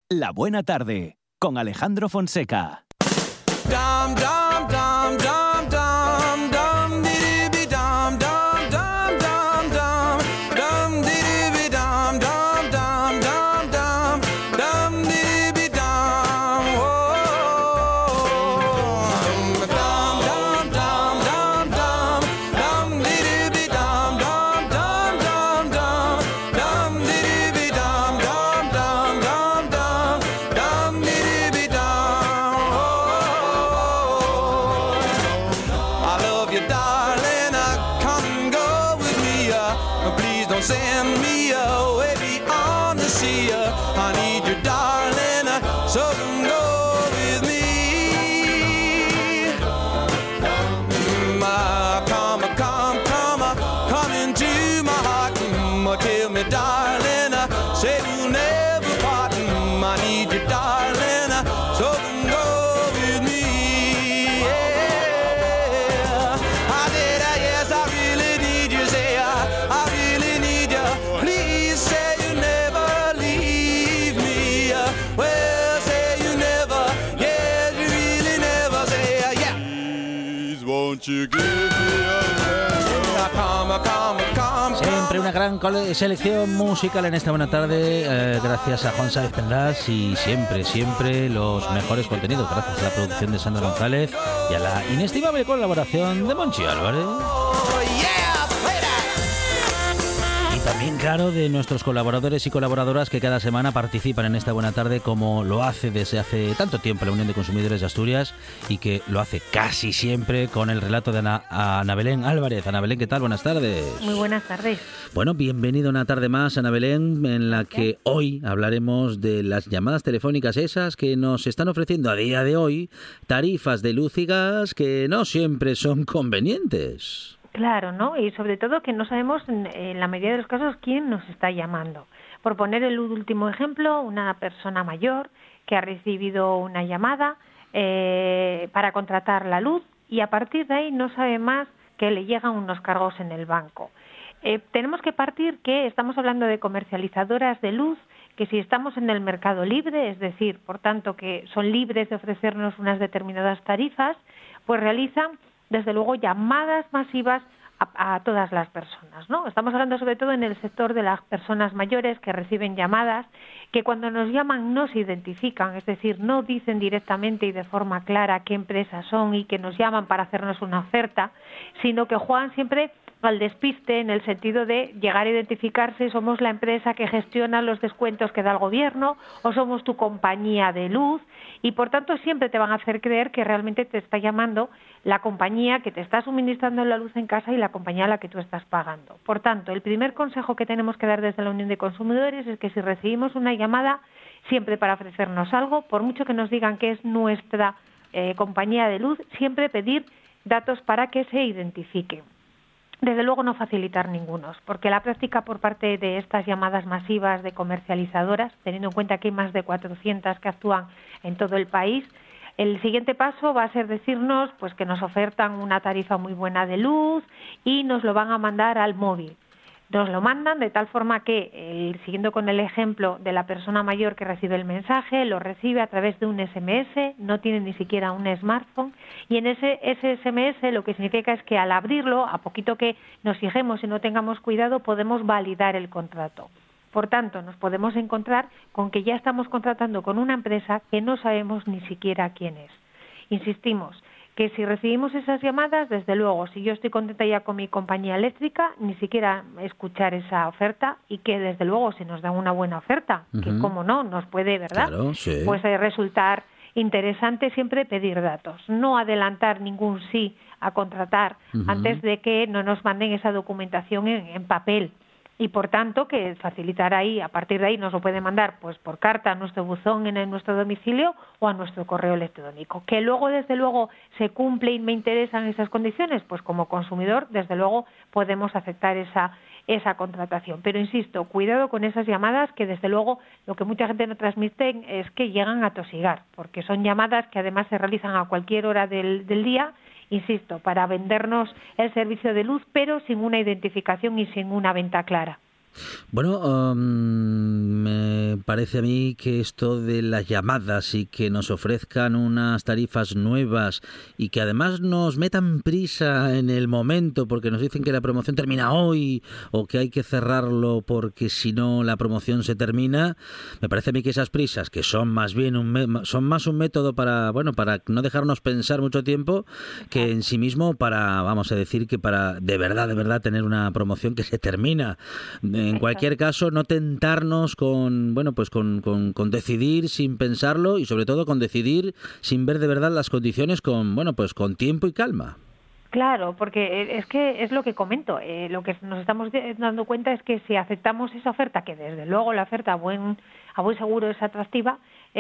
La Buena Tarde, con Alejandro Fonseca. Dum, dum, dum, dum, dum, dum, dee dum, dum, dum, dum, dum, dum, dee dum, dum, dum, dum, dum, dum, dee dum, oh, dum, dum, dum, dum, dum, dum, dee dum, dum, dum, dum, dum, dum, dee dum, dum, dum, dum, dum, dum, dee dum, I love you, darling. Come and go with me. Please don't send me away beyond the sea. I need you, darling. So come go with me. Come into my heart. Tell me, darling. Say we'll never part. I need you, darling. So come go with me. Yeah. I did, yes, I really need you. Say, I really need you. Please say you never leave me. Well, say you never, yes, you really never. Say, yeah. Please, won't you give me a chance? Come. Siempre una gran selección musical en esta buena tarde, gracias a Juan Sáez Pendas y siempre los mejores contenidos, gracias a la producción de Sandra González y a la inestimable colaboración de Monchi Álvarez. Oh, yeah, play that. Y también, claro, de nuestros colaboradores y colaboradoras que cada semana participan en esta buena tarde, como lo hace desde hace tanto tiempo la Unión de Consumidores de Asturias y que lo hace casi siempre con el relato de Ana Belén Álvarez. Ana Belén, ¿qué tal? Buenas tardes. Muy buenas tardes. Bueno, bienvenido una tarde más, Ana Belén, en la que hoy hablaremos de las llamadas telefónicas esas que nos están ofreciendo a día de hoy tarifas de luz y gas que no siempre son convenientes. Claro, ¿no? Y sobre todo que no sabemos en la mayoría de los casos quién nos está llamando. Por poner el último ejemplo, una persona mayor que ha recibido una llamada para contratar la luz y a partir de ahí no sabe más que le llegan unos cargos en el banco. Tenemos que partir que estamos hablando de comercializadoras de luz que si estamos en el mercado libre, es decir, por tanto que son libres de ofrecernos unas determinadas tarifas, pues realizan desde luego llamadas masivas a todas las personas, ¿no? Estamos hablando sobre todo en el sector de las personas mayores que reciben llamadas, que cuando nos llaman no se identifican, es decir, no dicen directamente y de forma clara qué empresas son y que nos llaman para hacernos una oferta, sino que juegan siempre al despiste en el sentido de llegar a identificarse, somos la empresa que gestiona los descuentos que da el gobierno o somos tu compañía de luz y por tanto siempre te van a hacer creer que realmente te está llamando la compañía que te está suministrando la luz en casa y la compañía a la que tú estás pagando. Por tanto, el primer consejo que tenemos que dar desde la Unión de Consumidores es que si recibimos una llamada siempre para ofrecernos algo, por mucho que nos digan que es nuestra compañía de luz, siempre pedir datos para que se identifiquen. Desde luego no facilitar ningunos, porque la práctica por parte de estas llamadas masivas de comercializadoras, teniendo en cuenta que hay más de 400 que actúan en todo el país, el siguiente paso va a ser decirnos pues que nos ofertan una tarifa muy buena de luz y nos lo van a mandar al móvil. Nos lo mandan de tal forma que, siguiendo con el ejemplo de la persona mayor que recibe el mensaje, lo recibe a través de un SMS, no tiene ni siquiera un smartphone, y en ese SMS lo que significa es que al abrirlo, a poquito que nos fijemos y no tengamos cuidado, podemos validar el contrato. Por tanto, nos podemos encontrar con que ya estamos contratando con una empresa que no sabemos ni siquiera quién es. Insistimos, que si recibimos esas llamadas, desde luego, si yo estoy contenta ya con mi compañía eléctrica, ni siquiera escuchar esa oferta y que desde luego si nos dan una buena oferta, que como no, nos puede, ¿verdad? Claro, sí. Pues resultar interesante siempre pedir datos, no adelantar ningún sí a contratar antes de que no nos manden esa documentación en papel. Y por tanto que facilitar ahí, a partir de ahí nos lo puede mandar pues por carta a nuestro buzón en nuestro domicilio o a nuestro correo electrónico. Que luego desde luego se cumple y me interesan esas condiciones, pues como consumidor desde luego podemos aceptar esa contratación. Pero insisto, cuidado con esas llamadas que desde luego lo que mucha gente no transmite es que llegan a tosigar, porque son llamadas que además se realizan a cualquier hora del día, insisto, para vendernos el servicio de luz, pero sin una identificación y sin una venta clara. Bueno, me parece a mí que esto de las llamadas y que nos ofrezcan unas tarifas nuevas y que además nos metan prisa en el momento porque nos dicen que la promoción termina hoy o que hay que cerrarlo porque si no la promoción se termina, me parece a mí que esas prisas, que son más bien son más un método para no dejarnos pensar mucho tiempo que en sí mismo para, vamos a decir, que para de verdad tener una promoción que se termina. En cualquier caso, no tentarnos con decidir sin pensarlo y sobre todo con decidir sin ver de verdad las condiciones con tiempo y calma. Claro, porque es que es lo que comento. Lo que nos estamos dando cuenta es que si aceptamos esa oferta, que desde luego la oferta a buen seguro es atractiva,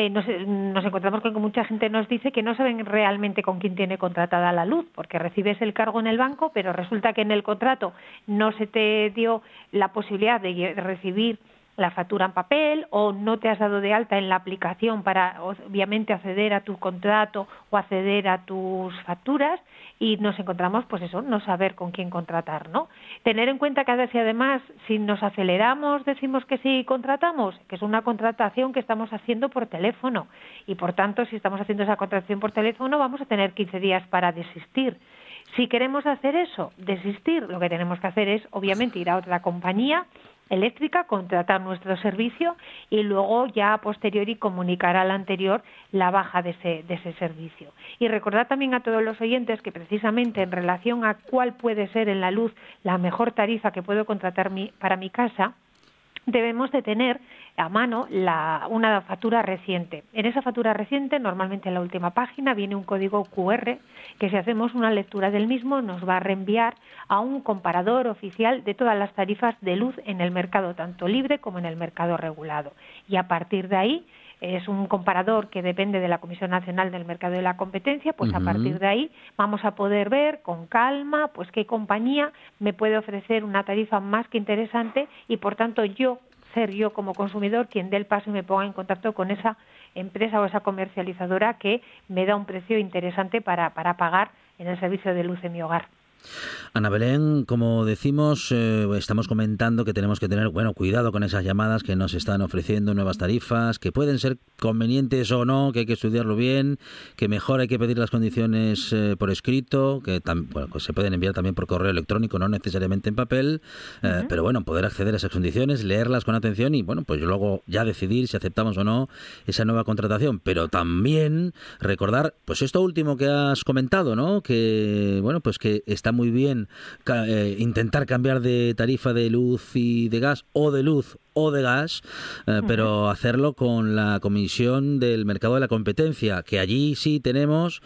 nos encontramos con que mucha gente nos dice que no saben realmente con quién tiene contratada la luz, porque recibes el cargo en el banco, pero resulta que en el contrato no se te dio la posibilidad de recibir la factura en papel o no te has dado de alta en la aplicación para obviamente acceder a tu contrato o acceder a tus facturas y nos encontramos no saber con quién contratar, ¿no? Tener en cuenta que si además si nos aceleramos decimos que sí contratamos, que es una contratación que estamos haciendo por teléfono y por tanto si estamos haciendo esa contratación por teléfono vamos a tener 15 días para desistir. Si queremos hacer eso, desistir, lo que tenemos que hacer es obviamente ir a otra compañía eléctrica, contratar nuestro servicio y luego ya a posteriori comunicar al anterior la baja de ese servicio. Y recordar también a todos los oyentes que precisamente en relación a cuál puede ser en la luz la mejor tarifa que puedo contratar para mi casa, debemos de tener a mano una factura reciente. En esa factura reciente, normalmente en la última página, viene un código QR que si hacemos una lectura del mismo nos va a reenviar a un comparador oficial de todas las tarifas de luz en el mercado, tanto libre como en el mercado regulado. Y a partir de ahí, es un comparador que depende de la Comisión Nacional del Mercado y la Competencia, pues a partir de ahí vamos a poder ver con calma pues qué compañía me puede ofrecer una tarifa más que interesante y por tanto ser yo como consumidor quien dé el paso y me ponga en contacto con esa empresa o esa comercializadora que me da un precio interesante para pagar en el servicio de luz en mi hogar. Ana Belén, como decimos, estamos comentando que tenemos que tener cuidado con esas llamadas que nos están ofreciendo nuevas tarifas, que pueden ser convenientes o no, que hay que estudiarlo bien, que mejor hay que pedir las condiciones por escrito, que se pueden enviar también por correo electrónico, no necesariamente en papel, pero poder acceder a esas condiciones, leerlas con atención y luego ya decidir si aceptamos o no esa nueva contratación. Pero también recordar, esto último que has comentado, ¿no? Que que está muy bien intentar cambiar de tarifa de luz y de gas o de luz o de gas, pero hacerlo con la Comisión del Mercado de la Competencia, que allí sí tenemos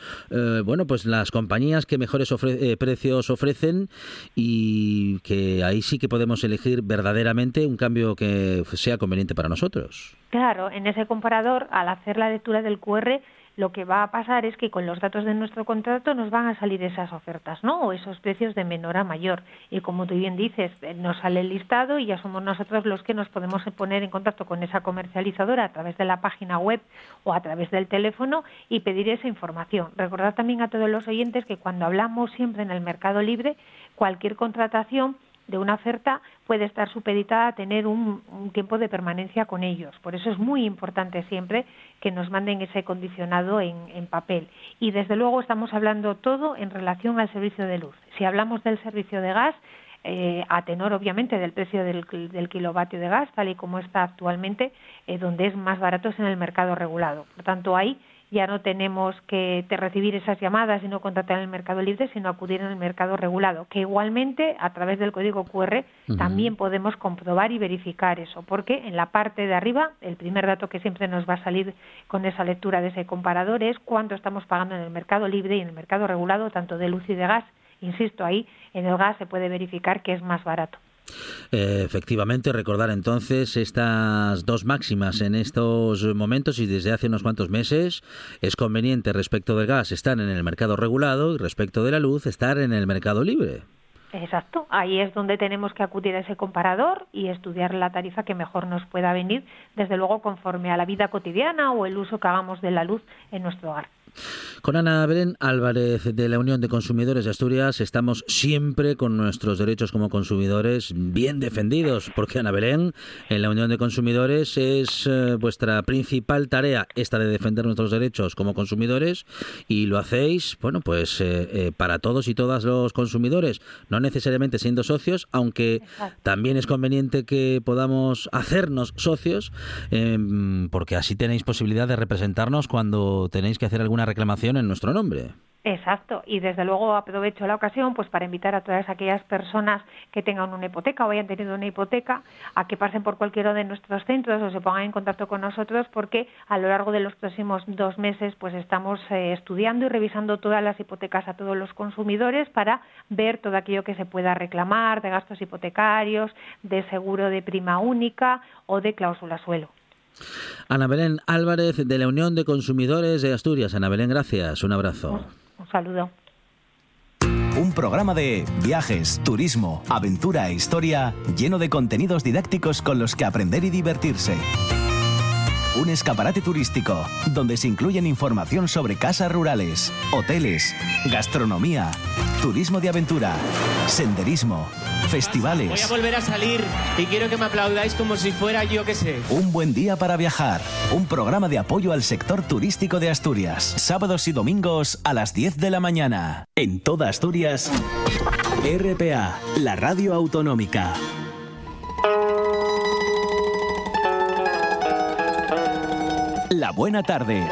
las compañías que mejores precios ofrecen y que ahí sí que podemos elegir verdaderamente un cambio que sea conveniente para nosotros. Claro, en ese comparador, al hacer la lectura del QR, lo que va a pasar es que con los datos de nuestro contrato nos van a salir esas ofertas, ¿no? O esos precios de menor a mayor. Y como tú bien dices, nos sale el listado y ya somos nosotros los que nos podemos poner en contacto con esa comercializadora a través de la página web o a través del teléfono y pedir esa información. Recordar también a todos los oyentes que cuando hablamos siempre en el mercado libre, cualquier contratación de una oferta puede estar supeditada a tener un tiempo de permanencia con ellos. Por eso es muy importante siempre que nos manden ese condicionado en papel. Y desde luego estamos hablando todo en relación al servicio de luz. Si hablamos del servicio de gas, a tenor obviamente del precio del kilovatio de gas, tal y como está actualmente, donde es más barato es en el mercado regulado. Por tanto, ahí ya no tenemos que recibir esas llamadas y no contratar en el mercado libre, sino acudir en el mercado regulado, que igualmente a través del código QR también podemos comprobar y verificar eso, porque en la parte de arriba, el primer dato que siempre nos va a salir con esa lectura de ese comparador es cuánto estamos pagando en el mercado libre y en el mercado regulado, tanto de luz y de gas. Insisto, ahí en el gas se puede verificar que es más barato. Efectivamente, recordar entonces estas dos máximas en estos momentos y desde hace unos cuantos meses. Es conveniente respecto del gas estar en el mercado regulado y respecto de la luz estar en el mercado libre. Exacto, ahí es donde tenemos que acudir a ese comparador y estudiar la tarifa que mejor nos pueda venir, desde luego conforme a la vida cotidiana o el uso que hagamos de la luz en nuestro hogar. Con Ana Belén Álvarez de la Unión de Consumidores de Asturias estamos siempre con nuestros derechos como consumidores bien defendidos, porque Ana Belén, en la Unión de Consumidores es vuestra principal tarea esta de defender nuestros derechos como consumidores, y lo hacéis, bueno, pues para todos y todas los consumidores, no necesariamente siendo socios, aunque también es conveniente que podamos hacernos socios, porque así tenéis posibilidad de representarnos cuando tenéis que hacer alguna reclamación en nuestro nombre. Exacto, y desde luego aprovecho la ocasión pues para invitar a todas aquellas personas que tengan una hipoteca o hayan tenido una hipoteca a que pasen por cualquiera de nuestros centros o se pongan en contacto con nosotros, porque a lo largo de los próximos 2 meses pues estamos estudiando y revisando todas las hipotecas a todos los consumidores para ver todo aquello que se pueda reclamar de gastos hipotecarios, de seguro de prima única o de cláusula suelo. Ana Belén Álvarez de la Unión de Consumidores de Asturias. Ana Belén, gracias. Un abrazo. Un saludo. Un programa de viajes, turismo, aventura e historia lleno de contenidos didácticos con los que aprender y divertirse. Un escaparate turístico donde se incluyen información sobre casas rurales, hoteles, gastronomía, turismo de aventura, senderismo, festivales. Voy a volver a salir y quiero que me aplaudáis como si fuera yo que sé. Un buen día para viajar. Un programa de apoyo al sector turístico de Asturias. Sábados y domingos a las 10 de la mañana. En toda Asturias, RPA, la radio autonómica. La buena tarde.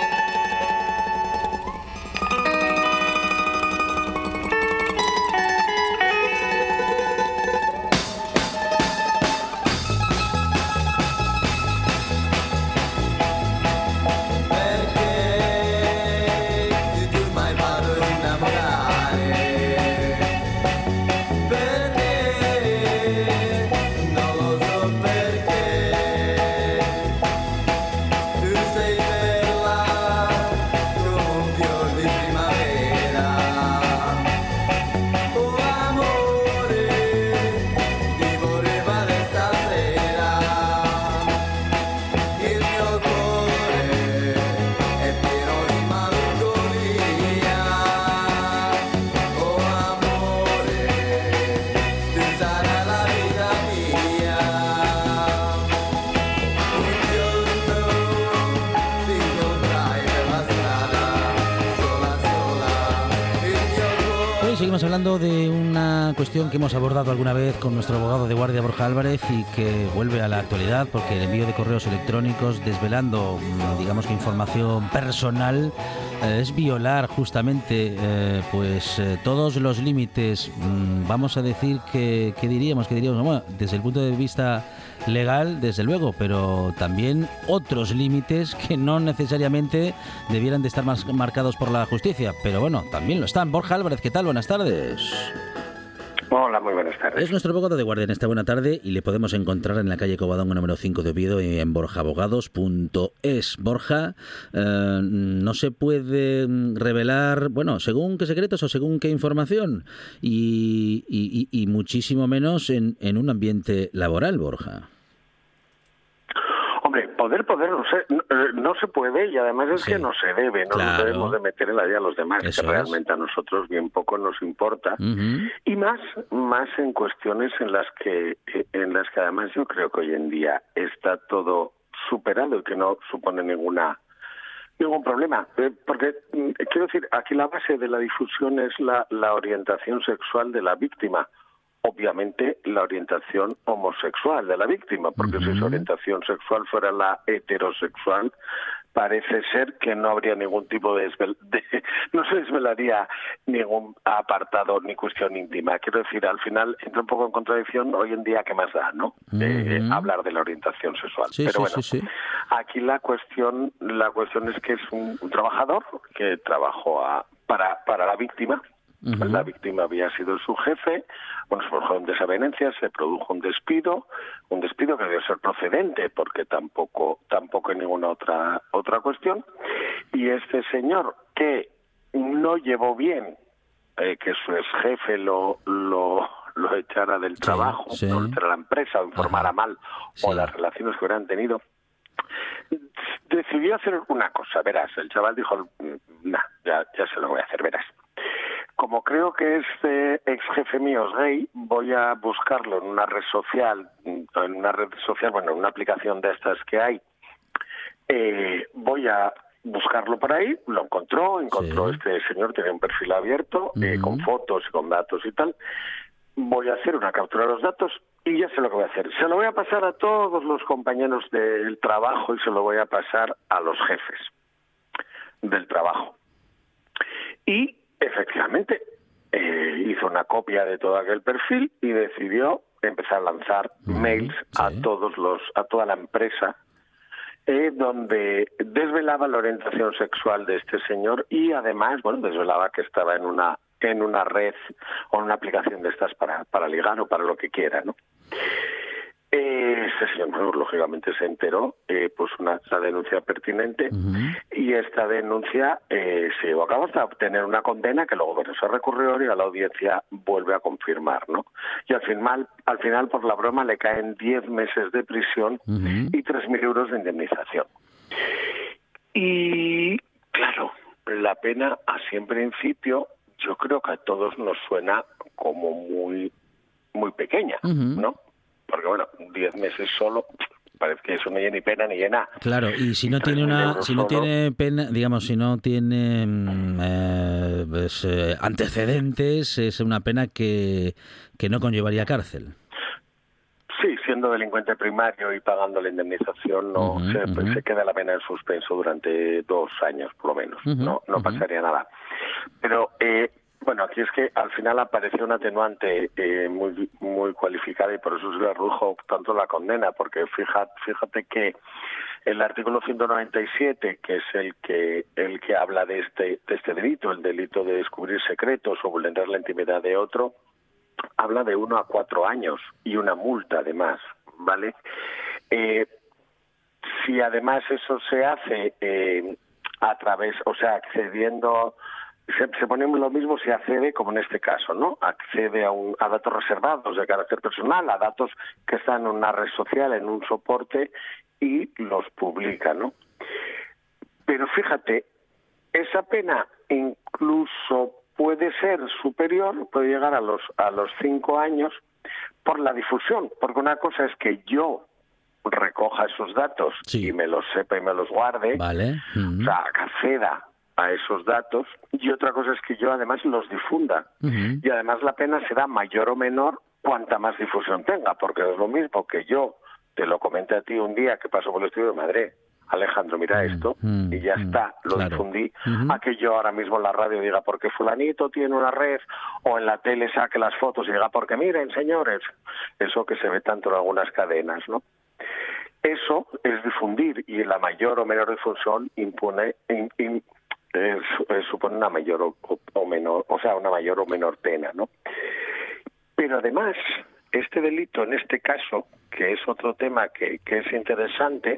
Seguimos hablando de una cuestión que hemos abordado alguna vez con nuestro abogado de guardia Borja Álvarez y que vuelve a la actualidad, porque el envío de correos electrónicos desvelando, digamos que información personal, es violar justamente todos los límites, vamos a decir que diríamos, bueno, desde el punto de vista legal, desde luego, pero también otros límites que no necesariamente debieran de estar más marcados por la justicia, pero bueno, también lo están. Borja Álvarez, ¿qué tal? Buenas tardes. Hola, muy buenas tardes. Es nuestro abogado de guardia en esta buena tarde y le podemos encontrar en la calle Covadonga número 5 de Oviedo y en borjaabogados.es. Borja, no se puede revelar, bueno, según qué secretos o según qué información, y muchísimo menos en un ambiente laboral, Borja. Hombre, poder, no se puede, y además es que no se debe, no nos debemos de meter en la vida a los demás, que realmente a nosotros bien poco nos importa, y más en cuestiones en las que además yo creo que hoy en día está todo superado y que no supone ningún problema, porque quiero decir, aquí la base de la difusión es la orientación sexual de la víctima. Obviamente la orientación homosexual de la víctima, porque si su orientación sexual fuera la heterosexual, parece ser que no habría ningún tipo no se desvelaría ningún apartado ni cuestión íntima. Quiero decir, al final entra un poco en contradicción hoy en día, ¿qué más da, no? Hablar de la orientación sexual. Aquí la cuestión es que es un trabajador que trabajó para la víctima. La víctima había sido su jefe, se produjo una desavenencia, se produjo un despido que debió ser procedente porque tampoco hay ninguna otra cuestión, y este señor que no llevó bien que su ex jefe lo lo echara del trabajo, o lo echara la empresa, o informara mal, o las relaciones que hubieran tenido, decidió hacer una cosa, verás. El chaval dijo, ya se lo voy a hacer, verás. Como creo que este ex jefe mío es gay, voy a buscarlo en una red social, bueno, en una aplicación de estas que hay. Voy a buscarlo por ahí, lo encontró este señor, tenía un perfil abierto, con fotos y con datos y tal. Voy a hacer una captura de los datos y ya sé lo que voy a hacer. Se lo voy a pasar a todos los compañeros del trabajo y se lo voy a pasar a los jefes del trabajo. Y efectivamente hizo una copia de todo aquel perfil y decidió empezar a lanzar mails a toda la empresa, donde desvelaba la orientación sexual de este señor y además, desvelaba que estaba en una red o en una aplicación de estas para ligar o para lo que quiera, ¿no? Este señor, lógicamente, se enteró, puso una denuncia pertinente y esta denuncia se llevó a cabo hasta obtener una condena que luego se recurrió y a la audiencia vuelve a confirmar, ¿no? Y al final, por la broma, le caen 10 meses de prisión y 3.000 euros de indemnización. Y, claro, la pena, así en principio, yo creo que a todos nos suena como muy, muy pequeña, ¿no? Porque, 10 meses solo, parece que eso no tiene ni pena ni llena. Claro, y si no tiene tiene pena, digamos, si no tiene antecedentes, es una pena que no conllevaría cárcel. Sí, siendo delincuente primario y pagando la indemnización, se queda la pena en suspenso durante 2 años, por lo menos. No pasaría nada. Pero, aquí es que al final apareció una atenuante muy, muy cualificada y por eso se le redujo tanto la condena, porque fíjate que el artículo 197, que es el que habla de este delito, el delito de descubrir secretos o vulnerar la intimidad de otro, habla de 1 a 4 años y una multa además, ¿vale? Si además eso se hace a través, accediendo, se pone lo mismo si accede, como en este caso, ¿no? Accede a datos reservados de carácter personal, a datos que están en una red social, en un soporte, y los publica, ¿no? Pero fíjate, esa pena incluso puede ser superior, puede llegar a los 5 años por la difusión, porque una cosa es que yo recoja esos datos y me los sepa y me los guarde, vale. O sea, que acceda a esos datos, y otra cosa es que yo además los difunda, y además la pena será mayor o menor cuanta más difusión tenga, porque es lo mismo que yo te lo comenté a ti un día que pasó por el estudio de Madrid, Alejandro, mira esto, y ya está, lo difundí, a que yo ahora mismo en la radio diga porque fulanito tiene una red, o en la tele saque las fotos y diga porque miren, señores, eso que se ve tanto en algunas cadenas, ¿no? Eso es difundir, y la mayor o menor difusión supone una mayor o menor, una mayor o menor pena, ¿no? Pero además, este delito, en este caso, que es otro tema que es interesante,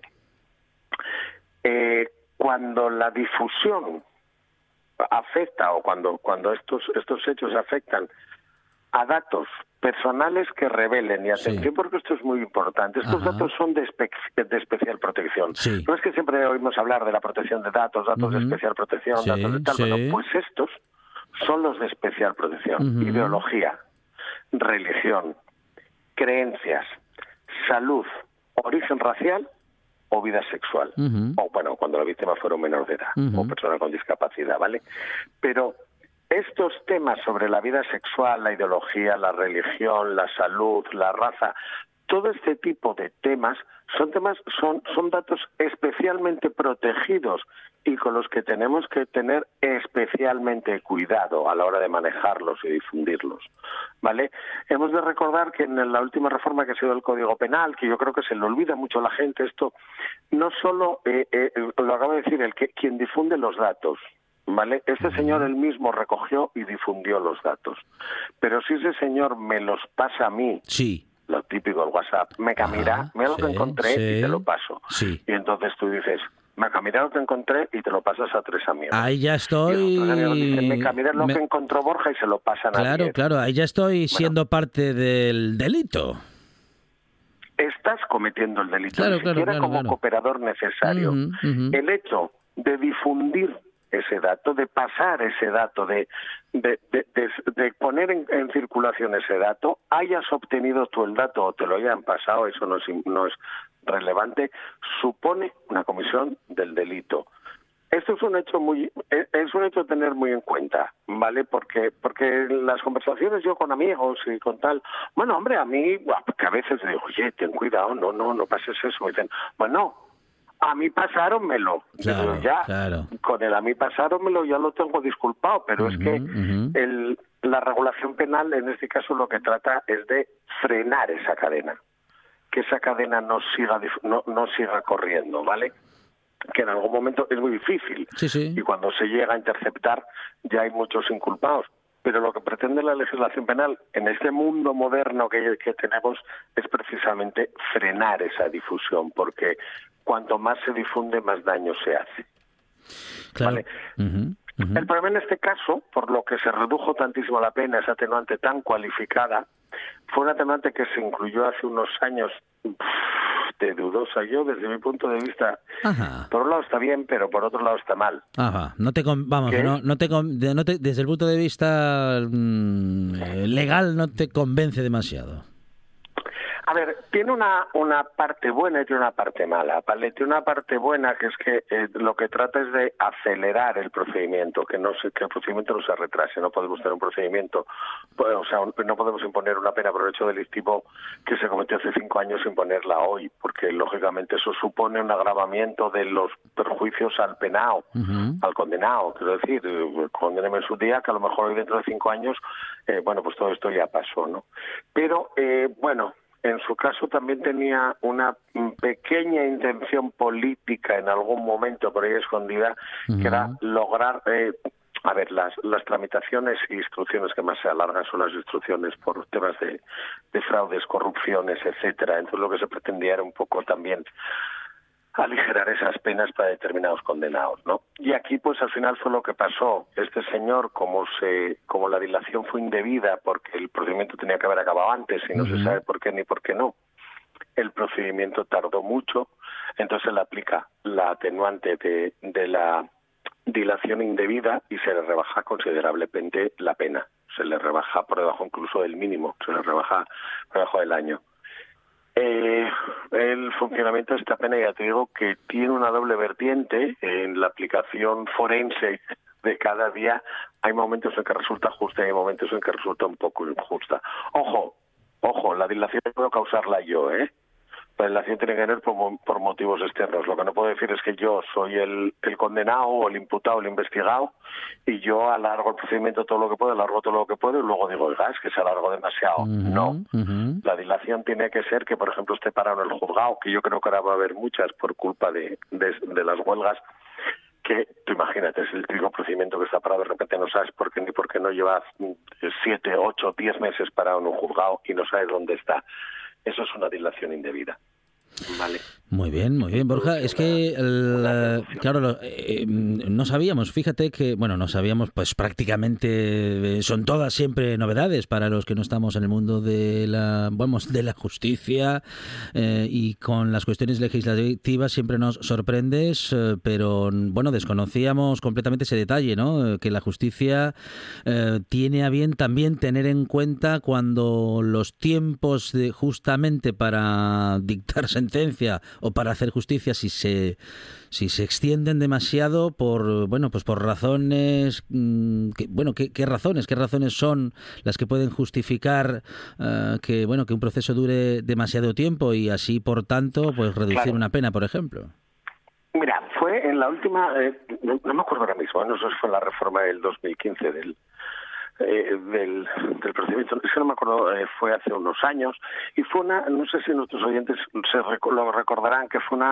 cuando la difusión afecta, o cuando estos hechos afectan a datos personales que revelen, y atención porque esto es muy importante, estos datos son de especial protección. No es que siempre oímos hablar de la protección de datos de especial protección, datos de tal, bueno, pues estos son los de especial protección. Ideología, religión, creencias, salud, origen racial o vida sexual, o cuando la víctima fuera un menor de edad o persona con discapacidad, ¿vale? Pero estos temas sobre la vida sexual, la ideología, la religión, la salud, la raza, todo este tipo de temas son datos especialmente protegidos y con los que tenemos que tener especialmente cuidado a la hora de manejarlos y difundirlos, ¿vale? Hemos de recordar que en la última reforma que ha sido el Código Penal, que yo creo que se le olvida mucho a la gente esto, no solo, lo acaba de decir quien difunde los datos, ¿vale? Este señor él mismo recogió y difundió los datos, pero si ese señor me los pasa a mí, lo típico, el WhatsApp, mira lo que encontré y te lo paso. Y entonces tú dices, mira lo que encontré y te lo pasas a 3 amigos. Ahí ya estoy... Y los 3 amigos dicen, mira lo que encontró Borja y se lo pasan a 10. Claro, ahí ya estoy siendo parte del delito. Estás cometiendo el delito, ni siquiera como cooperador necesario. El hecho de difundir ese dato, de pasar ese dato, de poner en circulación ese dato, hayas obtenido tú el dato o te lo hayan pasado, eso no es relevante, supone una comisión del delito. Esto es un hecho a tener muy en cuenta, ¿vale? Porque las conversaciones yo con amigos y con tal, bueno, hombre, a mí, que a veces digo, oye, ten cuidado, no pases eso. Me dicen, bueno, a mí pasáromelo. Claro. Con el a mí pasáromelo ya lo tengo disculpado, pero es que la regulación penal en este caso lo que trata es de frenar esa cadena, que esa cadena no siga corriendo, ¿vale? Que en algún momento es muy difícil. Sí. Y cuando se llega a interceptar ya hay muchos inculpados. Pero lo que pretende la legislación penal en este mundo moderno que tenemos es precisamente frenar esa difusión, porque cuanto más se difunde, más daño se hace. Claro. ¿Vale? El problema en este caso, por lo que se redujo tantísimo la pena, esa atenuante tan cualificada, fue una atenuante que se incluyó hace unos años de dudosa. Yo, desde mi punto de vista, por un lado está bien, pero por otro lado está mal. Desde el punto de vista legal no te convence demasiado. A ver, tiene una parte buena y tiene una parte mala, ¿vale? Tiene una parte buena que es que lo que trata es de acelerar el procedimiento, que el procedimiento no se retrase. No podemos tener un procedimiento, no podemos imponer una pena por el hecho delictivo que se cometió hace 5 años sin ponerla hoy, porque lógicamente eso supone un agravamiento de los perjuicios al penado, al condenado. Quiero decir, condéneme en su día, que a lo mejor hoy dentro de 5 años, pues todo esto ya pasó, ¿no? Pero, en su caso también tenía una pequeña intención política en algún momento por ahí escondida, que era lograr... las tramitaciones e instrucciones que más se alargan son las instrucciones por temas de fraudes, corrupciones, etcétera. Entonces lo que se pretendía era un poco también aligerar esas penas para determinados condenados, ¿no? Y aquí, pues al final fue lo que pasó. Este señor, como la dilación fue indebida, porque el procedimiento tenía que haber acabado antes y no se sabe por qué ni por qué no, el procedimiento tardó mucho, entonces se le aplica la atenuante de la dilación indebida y se le rebaja considerablemente la pena. Se le rebaja por debajo incluso del mínimo, se le rebaja por debajo del año. El funcionamiento de esta pena, ya te digo, que tiene una doble vertiente. En la aplicación forense de cada día hay momentos en que resulta justa y hay momentos en que resulta un poco injusta. Ojo, la dilación puedo causarla yo, La dilación tiene que venir por motivos externos. Lo que no puedo decir es que yo soy el condenado o el imputado, el investigado, y yo alargo el procedimiento todo lo que puedo, alargo todo lo que puedo, y luego digo, oiga, es que se alargó demasiado. No. La dilación tiene que ser que, por ejemplo, esté parado en el juzgado, que yo creo que ahora va a haber muchas por culpa de las huelgas, que tú imagínate, es el típico procedimiento que está parado, de repente no sabes por qué ni por qué no, llevas 7, 8, 10 meses parado en un juzgado y no sabes dónde está. Eso es una dilación indebida. Vale. Muy bien, Borja. Es que, no sabíamos, fíjate que, no sabíamos, pues prácticamente son todas siempre novedades para los que no estamos en el mundo de la justicia, y con las cuestiones legislativas siempre nos sorprendes, pero desconocíamos completamente ese detalle, ¿no? Que la justicia tiene a bien también tener en cuenta cuando los tiempos justamente para dictar sentencia o para hacer justicia, si se extienden demasiado por razones ¿qué razones son las que pueden justificar que un proceso dure demasiado tiempo y así por tanto pues reducir una pena, por ejemplo? Mira, fue en la última, no me acuerdo ahora mismo, no sé si fue en la reforma del 2015 del procedimiento, es que no me acuerdo, fue hace unos años, y fue no sé si nuestros oyentes lo recordarán, que fue una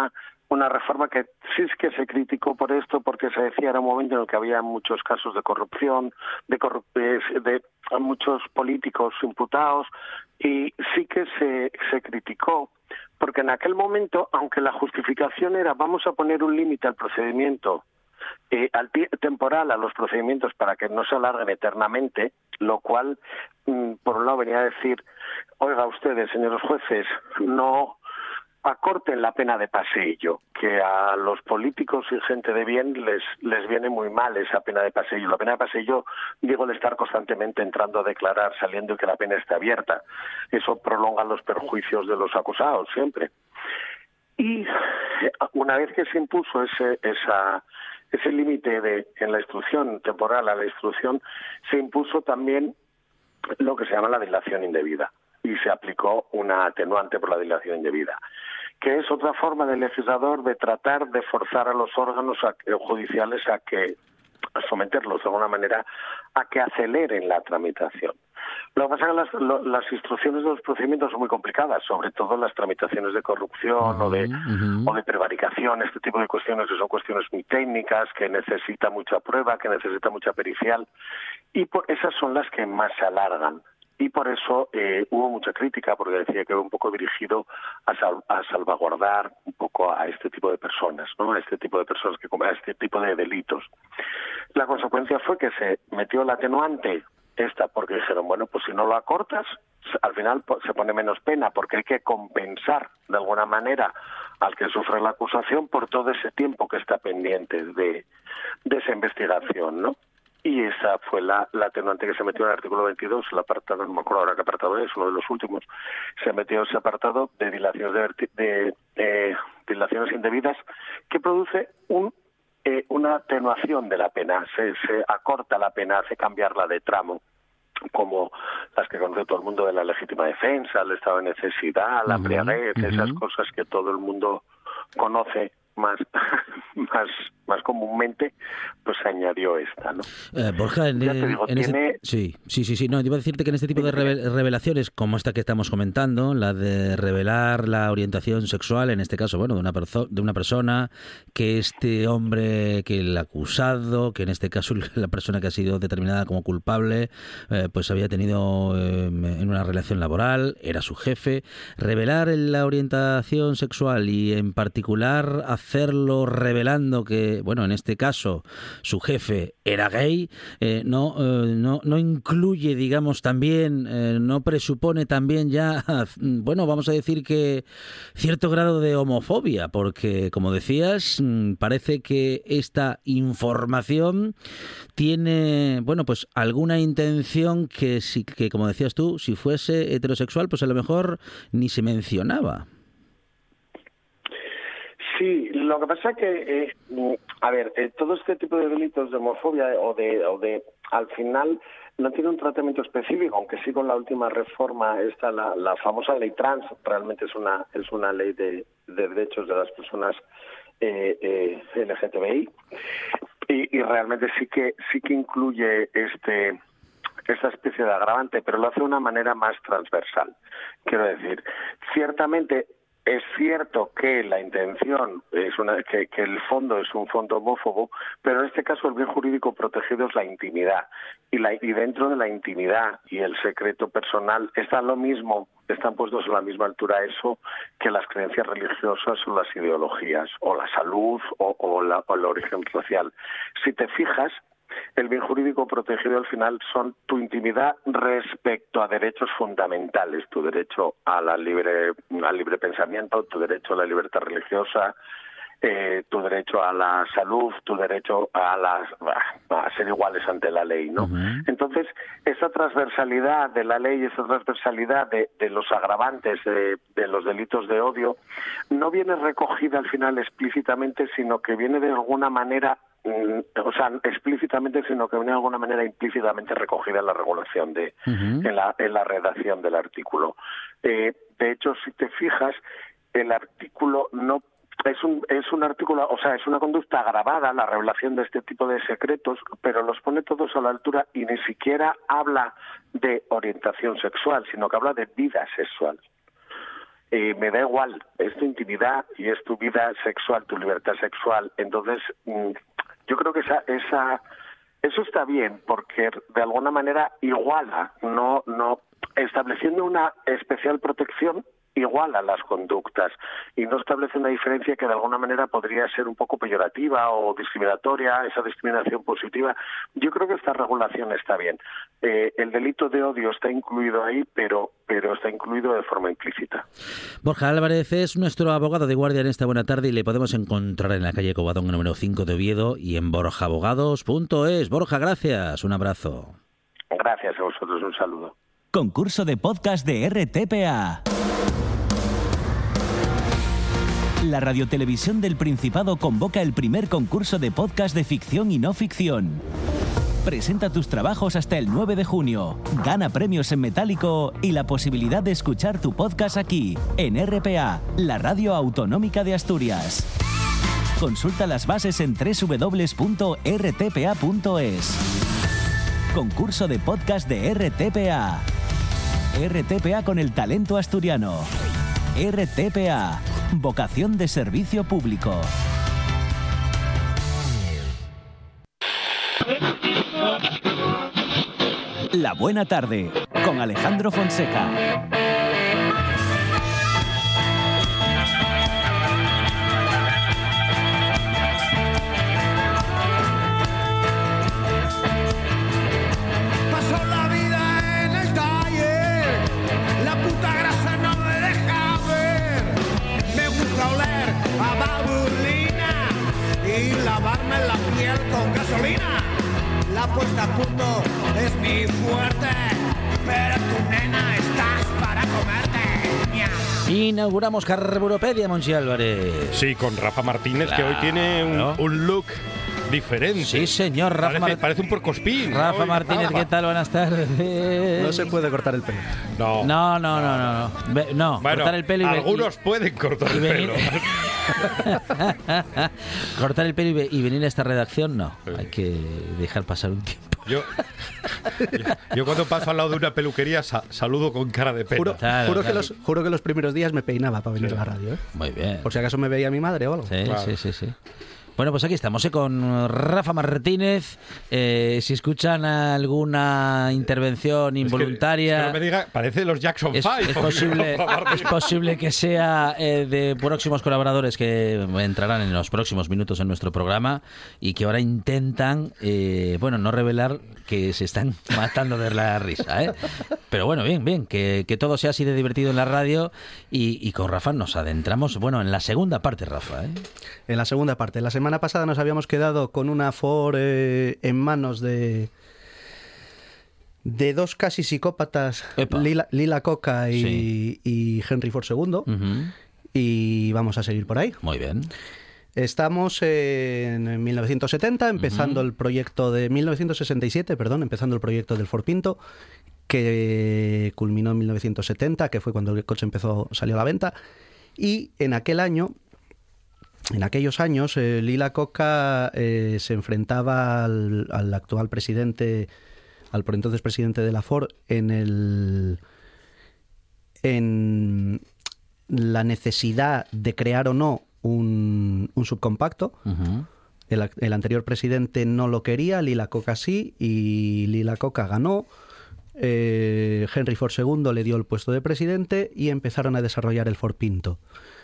una reforma que sí es que se criticó por esto, porque se decía era un momento en el que había muchos casos de corrupción, de muchos políticos imputados, y sí que se criticó, porque en aquel momento, aunque la justificación era vamos a poner un límite al procedimiento, temporal a los procedimientos para que no se alarguen eternamente, lo cual, por un lado, venía a decir, oiga ustedes, señores jueces, no acorten la pena de paseillo, que a los políticos y gente de bien les viene muy mal esa pena de paseillo. La pena de paseillo, digo, el estar constantemente entrando a declarar, saliendo y que la pena esté abierta. Eso prolonga los perjuicios de los acusados siempre. Y una vez que se impuso ese límite en la instrucción temporal a la instrucción, se impuso también lo que se llama la dilación indebida, y se aplicó una atenuante por la dilación indebida, que es otra forma del legislador de tratar de forzar a los órganos judiciales a someterlos de alguna manera a que aceleren la tramitación. Lo que pasa es que las instrucciones de los procedimientos son muy complicadas, sobre todo las tramitaciones de corrupción o de prevaricación, este tipo de cuestiones que son cuestiones muy técnicas, que necesitan mucha prueba, que necesitan mucha pericial, y esas son las que más se alargan. Y por eso hubo mucha crítica, porque decía que era un poco dirigido a salvaguardar un poco a este tipo de personas, ¿no? A este tipo de personas que cometen este tipo de delitos. La consecuencia fue que se metió la atenuante porque dijeron, bueno, pues si no lo acortas, al final se pone menos pena, porque hay que compensar de alguna manera al que sufre la acusación por todo ese tiempo que está pendiente de esa investigación, ¿no? Y esa fue la atenuante que se metió en el artículo 22, el apartado, no me acuerdo ahora qué apartado es, uno de los últimos, se metió ese apartado de dilaciones indebidas, que produce una atenuación de la pena, se acorta la pena, hace cambiarla de tramo, como las que conoce todo el mundo de la legítima defensa, el estado de necesidad, la embriaguez, esas cosas que todo el mundo conoce más comúnmente, pues se añadió esta, ¿no? Borja, sí, no, iba a decirte que en este tipo de revelaciones, como esta que estamos comentando, la de revelar la orientación sexual, en este caso, bueno, de una persona, que este hombre, que el acusado, que en este caso la persona que ha sido determinada como culpable, pues había tenido en una relación laboral, era su jefe, revelar la orientación sexual y en particular hacerlo revelando que, bueno, en este caso su jefe era gay, no incluye, digamos, también, no presupone también ya, bueno, vamos a decir que cierto grado de homofobia, porque, como decías, parece que esta información tiene, bueno, pues alguna intención que, como decías tú, si fuese heterosexual, pues a lo mejor ni se mencionaba. Sí, lo que pasa es que, todo este tipo de delitos de homofobia o de al final no tiene un tratamiento específico, aunque sí con la última reforma está la famosa ley trans, realmente es una ley de derechos de las personas LGTBI, y realmente sí que incluye esta especie de agravante, pero lo hace de una manera más transversal. Quiero decir, ciertamente es cierto que la intención es que el fondo es un fondo homófobo, pero en este caso el bien jurídico protegido es la intimidad, y dentro de la intimidad y el secreto personal están puestos a la misma altura eso que las creencias religiosas o las ideologías, o la salud o el origen social. Si te fijas, el bien jurídico protegido al final son tu intimidad respecto a derechos fundamentales, tu derecho al libre pensamiento, tu derecho a la libertad religiosa, tu derecho a la salud, tu derecho a ser iguales ante la ley, ¿no? Entonces, esa transversalidad de la ley, esa transversalidad de los agravantes de los delitos de odio, no viene recogida al final explícitamente, sino que viene de alguna manera explícitamente, sino que viene de alguna manera implícitamente recogida en la regulación en la redacción del artículo. De hecho, si te fijas, el artículo no es un artículo, es una conducta agravada, la revelación de este tipo de secretos, pero los pone todos a la altura y ni siquiera habla de orientación sexual, sino que habla de vida sexual. me da igual, es tu intimidad y es tu vida sexual, tu libertad sexual. Entonces, yo creo que eso está bien, porque de alguna manera iguala, no estableciendo una especial protección, iguala las conductas y no establece una diferencia que de alguna manera podría ser un poco peyorativa o discriminatoria, esa discriminación positiva. Yo creo que esta regulación está bien. El delito de odio está incluido ahí, pero está incluido de forma implícita. Borja Álvarez es nuestro abogado de guardia en esta buena tarde y le podemos encontrar en la calle Covadonga número 5 de Oviedo y en borjaabogados.es. Borja, gracias. Un abrazo. Gracias a vosotros. Un saludo. Concurso de podcast de RTPA. La Radiotelevisión del Principado convoca el primer concurso de podcast de ficción y no ficción. Presenta tus trabajos hasta el 9 de junio. Gana premios en metálico y la posibilidad de escuchar tu podcast aquí, en RPA, la radio autonómica de Asturias. Consulta las bases en www.rtpa.es. Concurso de podcast de RTPA. RTPA con el talento asturiano. RTPA. Vocación de servicio público. La buena tarde con Alejandro Fonseca. Paso la vida en el taller, la puta grasa no me deja ver. Me gusta oler a babulina y lavarme la piel con gasolina. La puesta a punto es mi fuerte, pero tu nena estás para comerte. Miau. Inauguramos Carburopedia, Monchi Álvarez. Sí, con Rafa Martínez, que hoy tiene un look diferente. Sí, señor, Rafa Parece un puercoespín. Rafa Hoy, Martínez, Rafa. ¿qué tal? Buenas tardes. No se puede cortar el pelo. No. No, Bueno, cortar el pelo y algunos pueden cortar el pelo. Cortar el pelo y venir a esta redacción, no. Hay que dejar pasar un tiempo. Yo cuando paso al lado de una peluquería saludo con cara de pena. Juro que los primeros días me peinaba para venir a la radio, ¿eh? Muy bien. Por si acaso me veía mi madre o algo. Sí, Claro. sí. Bueno, pues aquí estamos con Rafa Martínez. Si escuchan alguna intervención involuntaria... Es que no me diga, parece los Jackson 5. Es posible que sea de próximos colaboradores que entrarán en los próximos minutos en nuestro programa y que ahora intentan, no revelar que se están matando de la risa, ¿eh? Pero bueno, bien, que todo sea así de divertido en la radio y con Rafa nos adentramos, en la segunda parte, Rafa, ¿eh? En la segunda parte. La semana pasada nos habíamos quedado con una FOR en manos de dos casi psicópatas, Lila Coca y Henry Ford II, y vamos a seguir por ahí. Muy bien. Estamos en 1970, empezando el proyecto de 1967, empezando el proyecto del Ford Pinto, que culminó en 1970, que fue cuando el coche salió a la venta, y en aquellos años, Lila Coca se enfrentaba al actual presidente, al por entonces presidente de la Ford, en la necesidad de crear o no un subcompacto. El anterior presidente no lo quería, Lila Coca sí, y Lila Coca ganó. Henry Ford II le dio el puesto de presidente y empezaron a desarrollar el Ford Pinto.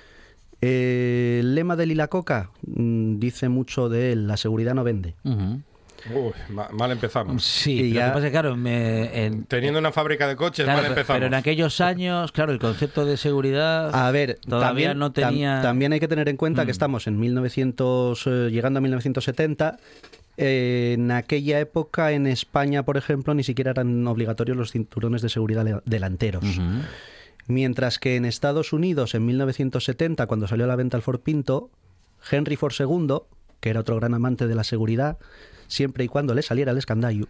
El lema de Lila Coca dice mucho de él: la seguridad no vende. Uy, mal empezamos. Sí, lo que pasa es que, claro, teniendo una fábrica de coches, mal empezamos. Pero en aquellos años, claro, el concepto de seguridad todavía no tenía... También hay que tener en cuenta que estamos en llegando a 1970. En aquella época, en España, por ejemplo, ni siquiera eran obligatorios los cinturones de seguridad delanteros. Mientras que en Estados Unidos, en 1970, cuando salió a la venta el Ford Pinto, Henry Ford II, que era otro gran amante de la seguridad, siempre y cuando le saliera el escandallo,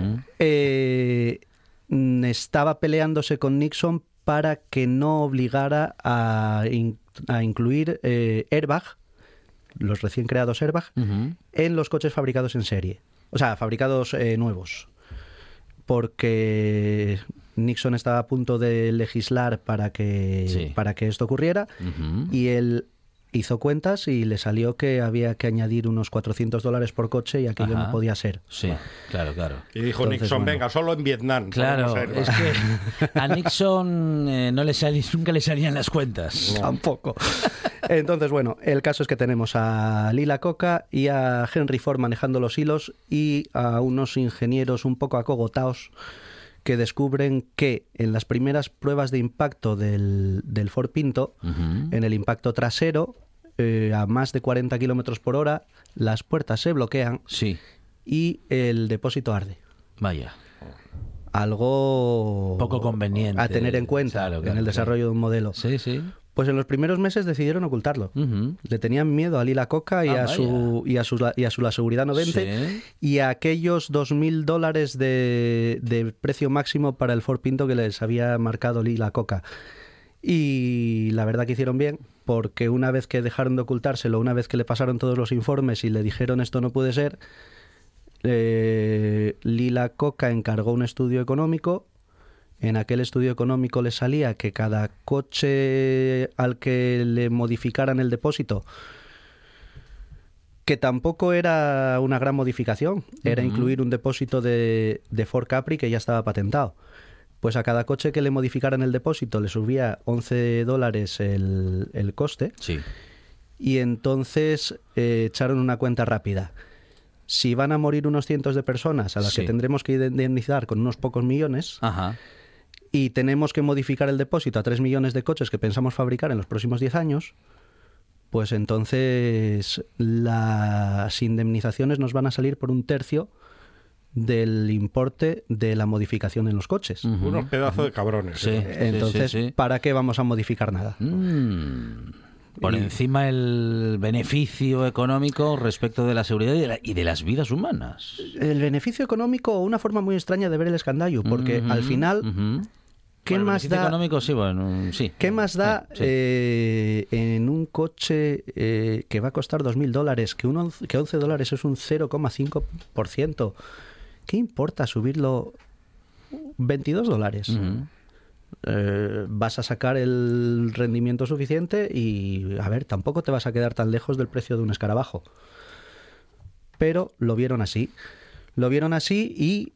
estaba peleándose con Nixon para que no obligara a incluir airbag, los recién creados airbag, en los coches fabricados en serie. O sea, fabricados nuevos. Porque Nixon estaba a punto de legislar para que esto ocurriera, y él hizo cuentas y le salió que había que añadir unos $400 por coche y aquello no podía ser. Sí, claro. Y dijo entonces, Nixon, venga, solo en Vietnam. Claro, es que a Nixon nunca le salían las cuentas. No. Tampoco. Entonces, bueno, el caso es que tenemos a Lila Coca y a Henry Ford manejando los hilos y a unos ingenieros un poco acogotados que descubren que en las primeras pruebas de impacto del Ford Pinto, en el impacto trasero, a más de 40 kilómetros por hora, las puertas se bloquean y el depósito arde. Vaya. Algo poco conveniente a tener en cuenta en el desarrollo de un modelo. Sí. Pues en los primeros meses decidieron ocultarlo. Le tenían miedo a Lila Coca y a la seguridad 90 y a aquellos $2.000 de precio máximo para el Ford Pinto que les había marcado Lila Coca. Y la verdad que hicieron bien, porque una vez que dejaron de ocultárselo, una vez que le pasaron todos los informes y le dijeron esto no puede ser, Lila Coca encargó un estudio económico. En aquel estudio económico le salía que cada coche al que le modificaran el depósito, que tampoco era una gran modificación, era incluir un depósito de Ford Capri que ya estaba patentado. Pues a cada coche que le modificaran el depósito le subía $11 el coste. Sí. Y entonces echaron una cuenta rápida. Si van a morir unos cientos de personas a las que tendremos que indemnizar con unos pocos millones... y tenemos que modificar el depósito a 3 millones de coches que pensamos fabricar en los próximos 10 años, pues entonces las indemnizaciones nos van a salir por 1/3 del importe de la modificación en los coches. Unos pedazos de cabrones. Entonces, ¿para qué vamos a modificar nada? Por encima el beneficio económico respecto de la seguridad y de las vidas humanas. El beneficio económico, una forma muy extraña de ver el escandallo, porque al final... ¿Qué más da? Económico, ¿Qué más da en un coche que va a costar $2.000, que $11 es un 0,5%? ¿Qué importa subirlo $22? Vas a sacar el rendimiento suficiente y, a ver, tampoco te vas a quedar tan lejos del precio de un escarabajo. Pero lo vieron así. Y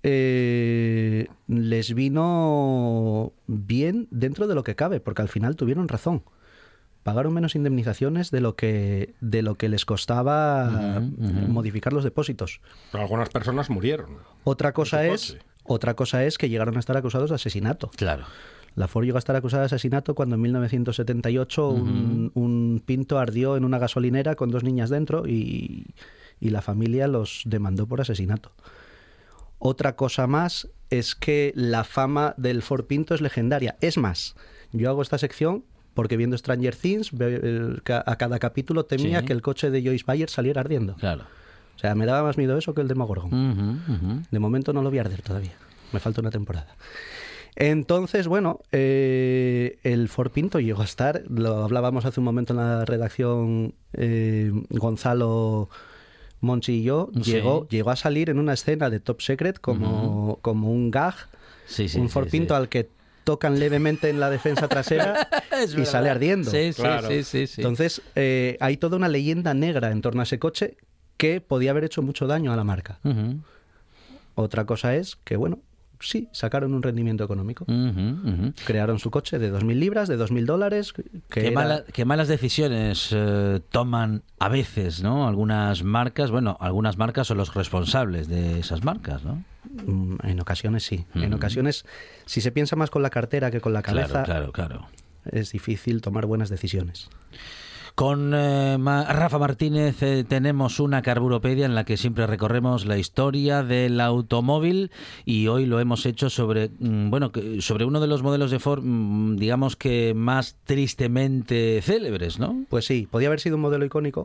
les vino bien dentro de lo que cabe, porque al final tuvieron razón. Pagaron menos indemnizaciones de lo que les costaba modificar los depósitos. Pero algunas personas murieron. Otra cosa es que llegaron a estar acusados de asesinato. Claro. La Ford llegó a estar acusada de asesinato cuando en 1978 un Pinto ardió en una gasolinera con 2 niñas dentro y la familia los demandó por asesinato. Otra cosa más es que la fama del Ford Pinto es legendaria. Es más, yo hago esta sección porque viendo Stranger Things, a cada capítulo temía que el coche de Joyce Byers saliera ardiendo. Claro. O sea, me daba más miedo eso que el Demogorgon. De momento no lo vi arder todavía. Me falta una temporada. Entonces, bueno, el Ford Pinto llegó a estar, lo hablábamos hace un momento en la redacción, Gonzalo, Monchi y yo, llegó a salir en una escena de Top Secret como un gag, un Ford Pinto al que tocan levemente en la defensa trasera y sale ardiendo. Claro. Entonces, hay toda una leyenda negra en torno a ese coche que podía haber hecho mucho daño a la marca. Otra cosa es que, bueno, sí, sacaron un rendimiento económico. Crearon su coche de 2.000 libras, de $2.000. Qué malas decisiones toman a veces, ¿no? Algunas marcas son los responsables de esas marcas, ¿no? En ocasiones sí. En ocasiones, si se piensa más con la cartera que con la cabeza, claro. Es difícil tomar buenas decisiones. Con Rafa Martínez tenemos una Carburopedia en la que siempre recorremos la historia del automóvil y hoy lo hemos hecho sobre uno de los modelos de Ford, digamos que más tristemente célebres, ¿no? Pues sí, podía haber sido un modelo icónico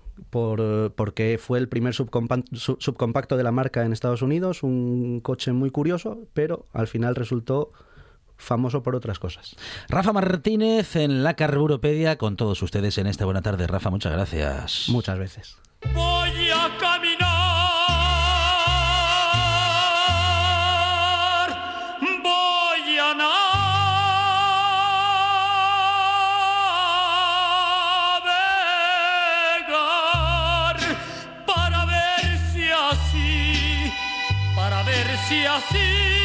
porque fue el primer subcompacto de la marca en Estados Unidos, un coche muy curioso, pero al final resultó famoso por otras cosas. Rafa Martínez en la Carburopedia con todos ustedes en esta buena tarde. Rafa, muchas gracias. Muchas veces. Voy a caminar, voy a ver si así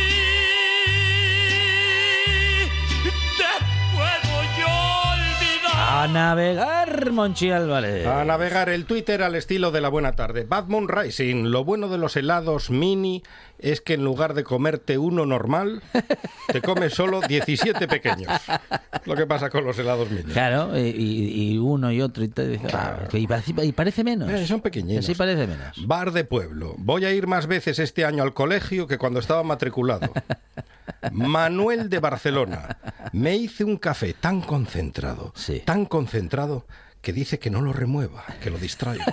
te puedo yo olvidar. A navegar, Monchi Álvarez. A navegar el Twitter al estilo de la buena tarde. Bad Moon Rising. Lo bueno de los helados mini es que en lugar de comerte uno normal, te comes solo 17 pequeños. Lo que pasa con los helados mini. Claro, y uno y otro. Y parece menos. Son pequeñinos. Sí, parece menos. Bar de pueblo. Voy a ir más veces este año al colegio que cuando estaba matriculado. Manuel de Barcelona. Me hice un café tan concentrado, que dice que no lo remueva, que lo distraiga.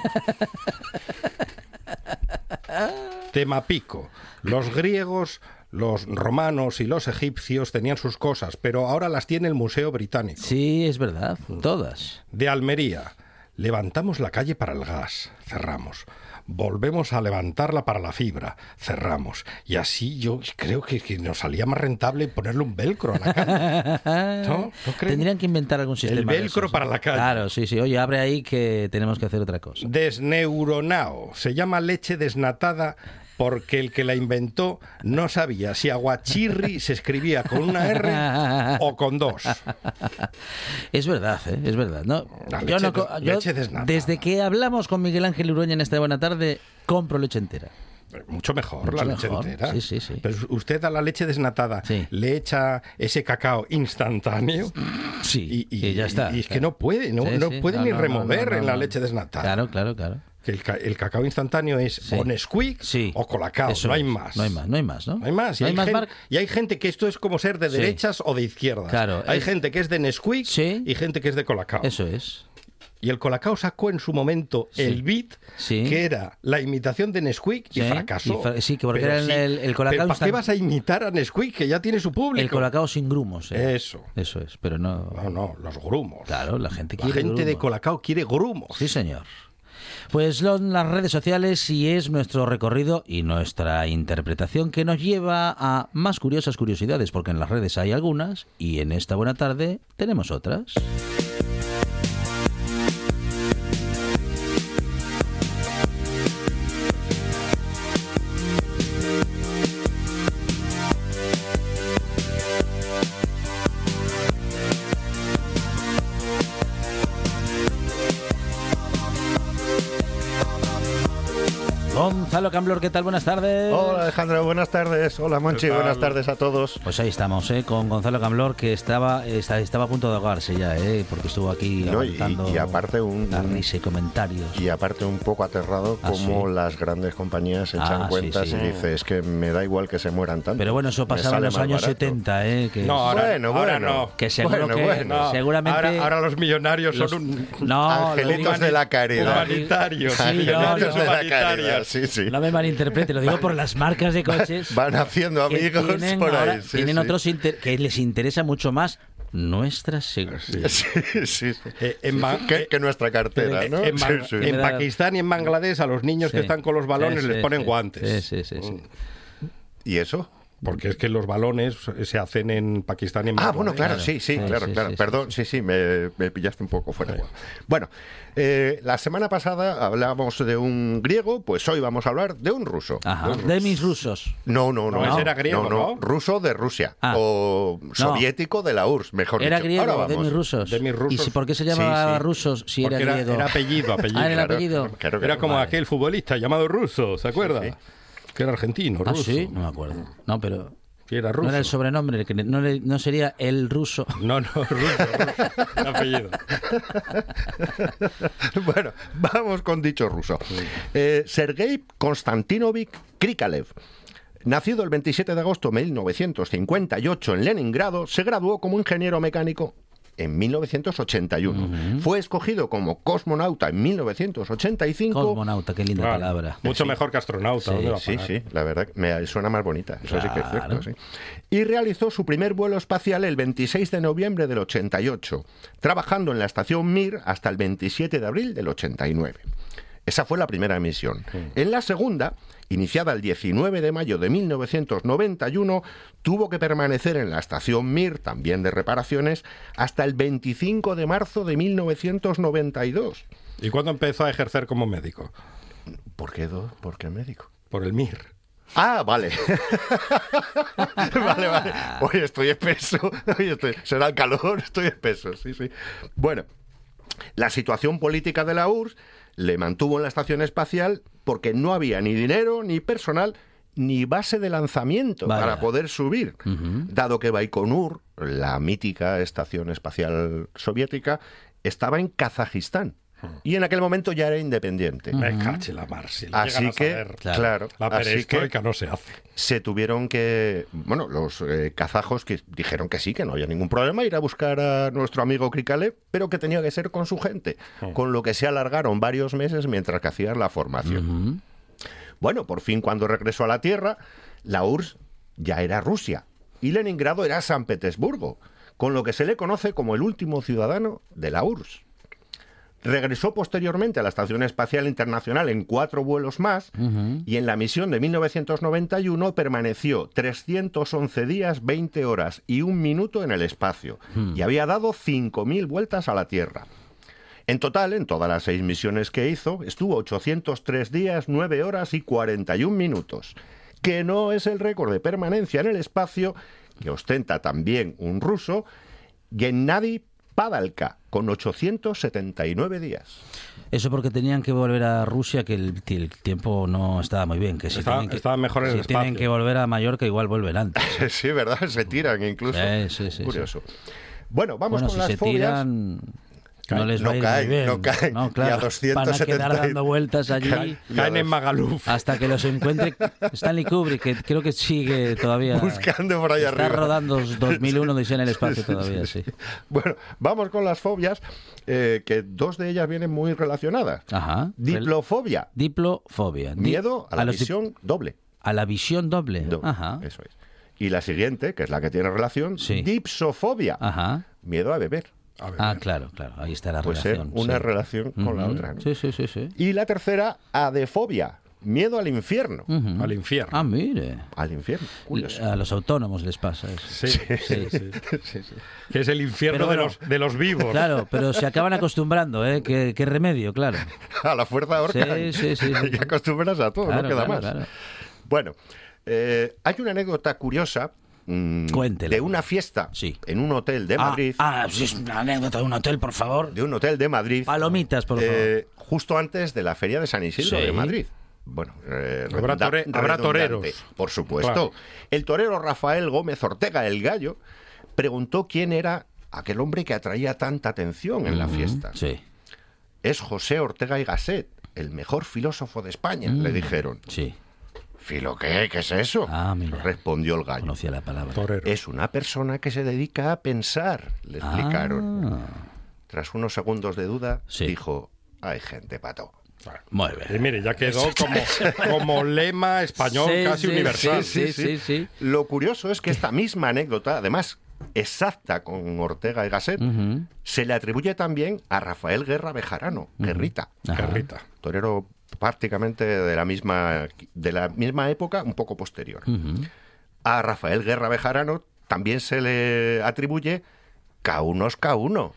Temapico. Los griegos, los romanos y los egipcios tenían sus cosas, pero ahora las tiene el Museo Británico. Sí, es verdad, todas. De Almería. Levantamos la calle para el gas, cerramos. Volvemos a levantarla para la fibra, cerramos. Y así yo creo que nos salía más rentable ponerle un velcro a la calle. ¿No creen? Tendrían que inventar algún sistema. El velcro de esos, para la calle. Claro, sí. Oye, abre ahí que tenemos que hacer otra cosa. Desneuronao. Se llama leche desnatada porque el que la inventó no sabía si aguachirri se escribía con una R o con dos. Es verdad, es verdad. No, leche desnatada. Desde que hablamos con Miguel Ángel Urueña en esta buena tarde, compro leche entera. Mucho mejor la leche entera. Sí. Pero usted a la leche desnatada le echa ese cacao instantáneo. Sí, y ya está. Y es que no puede ni remover en la leche desnatada. Claro. Que el cacao instantáneo es o Nesquik o Colacao, no hay más. No hay más, ¿no? No hay más. Y hay gente que esto es como ser de derechas o de izquierdas. Claro, hay gente que es de Nesquik y gente que es de Colacao. Eso es. Y el Colacao sacó en su momento el Beat, que era la imitación de Nesquik, y fracasó. Porque era el Colacao. ¿Para qué vas a imitar a Nesquik, que ya tiene su público? El Colacao sin grumos. Eso es, pero no... No, los grumos. Claro, la gente quiere grumos. De Colacao quiere grumos. Sí, señor. Pues son las redes sociales y es nuestro recorrido y nuestra interpretación que nos lleva a más curiosas curiosidades, porque en las redes hay algunas y en esta buena tarde tenemos otras. Gonzalo Camblor, ¿qué tal? Buenas tardes. Hola Alejandro, buenas tardes. Hola Monchi, buenas tardes a todos. Pues ahí estamos, con Gonzalo Camblor, que estaba a punto de ahogarse ya, porque estuvo aquí aguantando y aparte la risa y comentarios. Y aparte un poco aterrado como las grandes compañías echan cuentas y dice, es que me da igual que se mueran tanto. Pero bueno, eso pasaba en los años 70, que ahora no. Que seguro seguramente... Ahora los millonarios son angelitos de la caridad. Humanitarios. Angelitos de la caridad. Sí. No me malinterprete, lo digo por las marcas de coches. Van haciendo amigos por ahí. Tienen otros que les interesa mucho más nuestra seguridad. Sí. Que nuestra cartera, ¿no? En Pakistán y en Bangladesh a los niños que están con los balones les ponen guantes. Sí. ¿Y eso? Porque es que los balones se hacen en Pakistán y en Bangladesh. Bueno, claro, sí. Perdón, me pillaste un poco fuera. Bueno, la semana pasada hablábamos de un griego, pues hoy vamos a hablar de un ruso. Ajá. De mis rusos. No. Ese era griego, ¿no? Ruso de Rusia. O soviético de la URSS, mejor era dicho. Era griego, de mis rusos. ¿Y por qué se llamaba rusos si porque era griego? Era apellido. Era el apellido. Claro, era como aquel futbolista llamado Russo, ¿se acuerda? Sí. Que era argentino, ruso. Sí, no me acuerdo. No, pero... Era ruso. No era el sobrenombre, no sería el ruso. No, ruso. El apellido. Bueno, vamos con dicho ruso. Sergei Konstantinovich Krikalev. Nacido el 27 de agosto de 1958 en Leningrado, se graduó como ingeniero mecánico en 1981. Fue escogido como cosmonauta en 1985. Cosmonauta, qué linda palabra. Mucho mejor que astronauta. Sí, la verdad me suena más bonita. Eso sí que es cierto, sí. Y realizó su primer vuelo espacial el 26 de noviembre del 88, trabajando en la estación Mir hasta el 27 de abril del 89. Esa fue la primera misión. En la segunda, iniciada el 19 de mayo de 1991, tuvo que permanecer en la estación Mir, también de reparaciones, hasta el 25 de marzo de 1992. ¿Y cuándo empezó a ejercer como médico? ¿Por qué médico? Por el Mir. Ah, vale. Vale. Oye, estoy espeso. Será el calor, estoy espeso. Sí. Bueno, la situación política de la URSS le mantuvo en la estación espacial porque no había ni dinero, ni personal, ni base de lanzamiento para poder subir, dado que Baikonur, la mítica estación espacial soviética, estaba en Kazajistán. Y en aquel momento ya era independiente. Me cache la mar, si así que, saber, claro, la perestroika no se hace. Se tuvieron que... Bueno, los kazajos que dijeron que sí, que no había ningún problema ir a buscar a nuestro amigo Krikalev, pero que tenía que ser con su gente, con lo que se alargaron varios meses mientras que hacían la formación. Bueno, por fin cuando regresó a la Tierra, la URSS ya era Rusia y Leningrado era San Petersburgo, con lo que se le conoce como el último ciudadano de la URSS. Regresó posteriormente a la Estación Espacial Internacional en 4 vuelos más y en la misión de 1991 permaneció 311 días, 20 horas y 1 minuto en el espacio y había dado 5.000 vueltas a la Tierra. En total, en todas las 6 misiones que hizo, estuvo 803 días, 9 horas y 41 minutos, que no es el récord de permanencia en el espacio que ostenta también un ruso, Gennady Padalka, con 879 días. Eso porque tenían que volver a Rusia, que el tiempo no estaba muy bien. Que si estaba mejor en el espacio. Tienen que volver a Mallorca, igual vuelven antes. Sí, ¿verdad? Se tiran incluso. Sí. Curioso. Bueno, vamos con si las se fobias. Tiran... No les va a ir muy bien. No caen. No, claro, y a 270... van a quedar dando vueltas allí. Caen en Magaluf. Hasta que los encuentre Stanley Kubrick, que creo que sigue todavía. Buscando por ahí arriba. Está rodando 2001 Dice en el espacio todavía, sí. Bueno, vamos con las fobias, que 2 de ellas vienen muy relacionadas. Ajá. Diplofobia. Miedo a la visión doble. A la visión doble. Ajá. Eso es. Y la siguiente, que es la que tiene relación, dipsofobia. Ajá. Miedo a beber. Claro, ahí está la puede relación. Ser una relación con la otra, ¿no? Sí. Y la tercera, adefobia, miedo al infierno. Al infierno. Ah, mire. Al infierno, curioso. A los autónomos les pasa eso. Sí. Que es el infierno de los vivos. Claro, pero se acaban acostumbrando, ¿eh? ¿Qué remedio, claro. A la fuerza ahorca. Sí. Te acostumbras a todo, claro, no queda más. Claro. Bueno, hay una anécdota curiosa. Cuéntela. De una fiesta en un hotel de Madrid. Sí, es una anécdota de un hotel, por favor. De un hotel de Madrid. Palomitas, por favor. Justo antes de la Feria de San Isidro de Madrid. Bueno, habrá toreros. Por supuesto. Claro. El torero Rafael Gómez Ortega, el Gallo, preguntó quién era aquel hombre que atraía tanta atención en la fiesta. Sí. Es José Ortega y Gasset, el mejor filósofo de España, le dijeron. Sí. ¿Filo qué? ¿Qué es eso? Mira. Respondió el Gallo. Conocía la palabra. Torero. Es una persona que se dedica a pensar, le explicaron. Tras unos segundos de duda, dijo, hay gente pato. Muy bien. Y mire, ya quedó como lema español casi universal. Sí. Lo curioso es que esta misma anécdota, además exacta con Ortega y Gasset, se le atribuye también a Rafael Guerra Bejarano, Guerrita. Torero prácticamente de la misma época, un poco posterior. A Rafael Guerra Bejarano también se le atribuye Kaunos Kauno.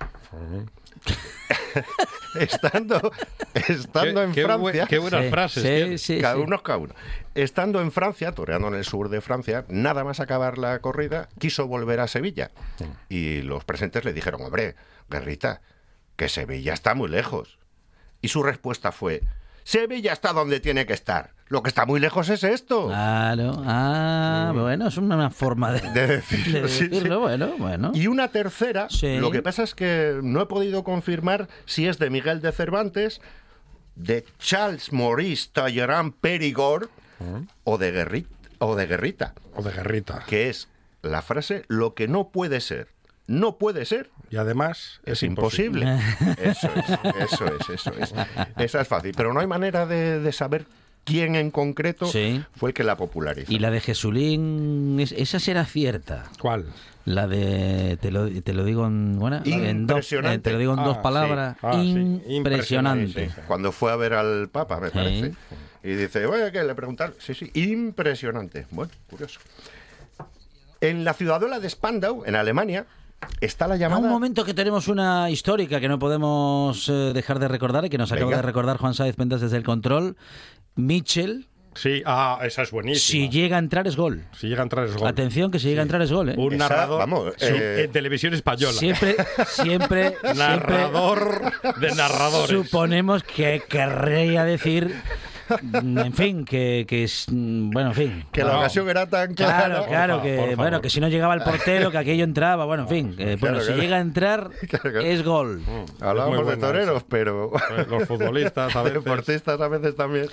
Estando en Francia... Qué buenas frases. Kaunos Kauno. Estando en Francia, toreando en el sur de Francia, nada más acabar la corrida, quiso volver a Sevilla. Y los presentes le dijeron, hombre, Guerrita, que Sevilla está muy lejos. Y su respuesta fue... Sevilla está donde tiene que estar. Lo que está muy lejos es esto. Claro. Bueno, es una forma de decirlo. Sí. Bueno. Y una tercera, lo que pasa es que no he podido confirmar si es de Miguel de Cervantes, de Charles Maurice Talleyrand Périgord o de Guerrita. Que es la frase, lo que no puede ser. No puede ser. Y además es imposible. Eso es. Esa es fácil. Pero no hay manera de saber quién en concreto fue el que la popularizó. Y la de Jesulín, esa será cierta. ¿Cuál? La de, te lo digo impresionante. Te lo digo en 2 palabras. Impresionante. Sí. Cuando fue a ver al Papa, me parece. Y dice, oye, que le preguntaron. Sí, impresionante. Bueno, curioso. En la ciudadela de Spandau, en Alemania, está la llamada... Un momento, que tenemos una histórica que no podemos dejar de recordar y que nos acaba de recordar Juan Sáez Pendas desde el control. Mitchell, Sí, esa es buenísima. Si llega a entrar es gol. Si llega a entrar es gol. Atención, que si llega a entrar es gol, ¿eh? Un narrador en televisión española. Siempre narrador de narradores. Suponemos que querría decir... En fin, que es... Bueno, en fin. Que la ocasión era tan clara. Claro, que si no llegaba el portero, que aquello entraba. Bueno, en fin. Si llega a entrar, es gol. Hablábamos de toreros, pero... Los futbolistas a veces. Deportistas a veces también.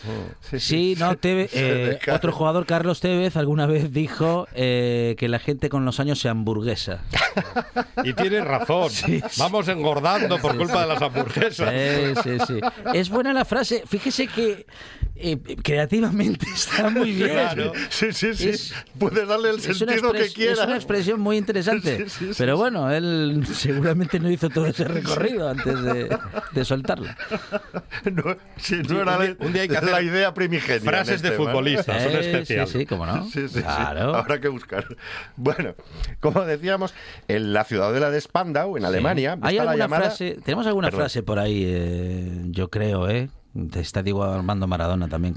Tevez, otro jugador, Carlos Tevez, alguna vez dijo que la gente con los años se hamburguesa. Y tiene razón. Vamos engordando por culpa de las hamburguesas. Sí. Es buena la frase. Fíjese que... creativamente está muy bien. Claro. Sí. Puedes darle el sentido que quieras. Es una expresión muy interesante. Pero bueno, él seguramente no hizo todo ese recorrido antes de soltarla. No era un día hay que hacer la idea primigenia. Frases de futbolistas, son especiales. Sí, cómo no. Sí. Claro. Habrá que buscar. Bueno, como decíamos, en la ciudadela de Spandau, en Alemania, ¿hay alguna frase? Tenemos alguna frase por ahí, yo creo, Está Diego Armando Maradona también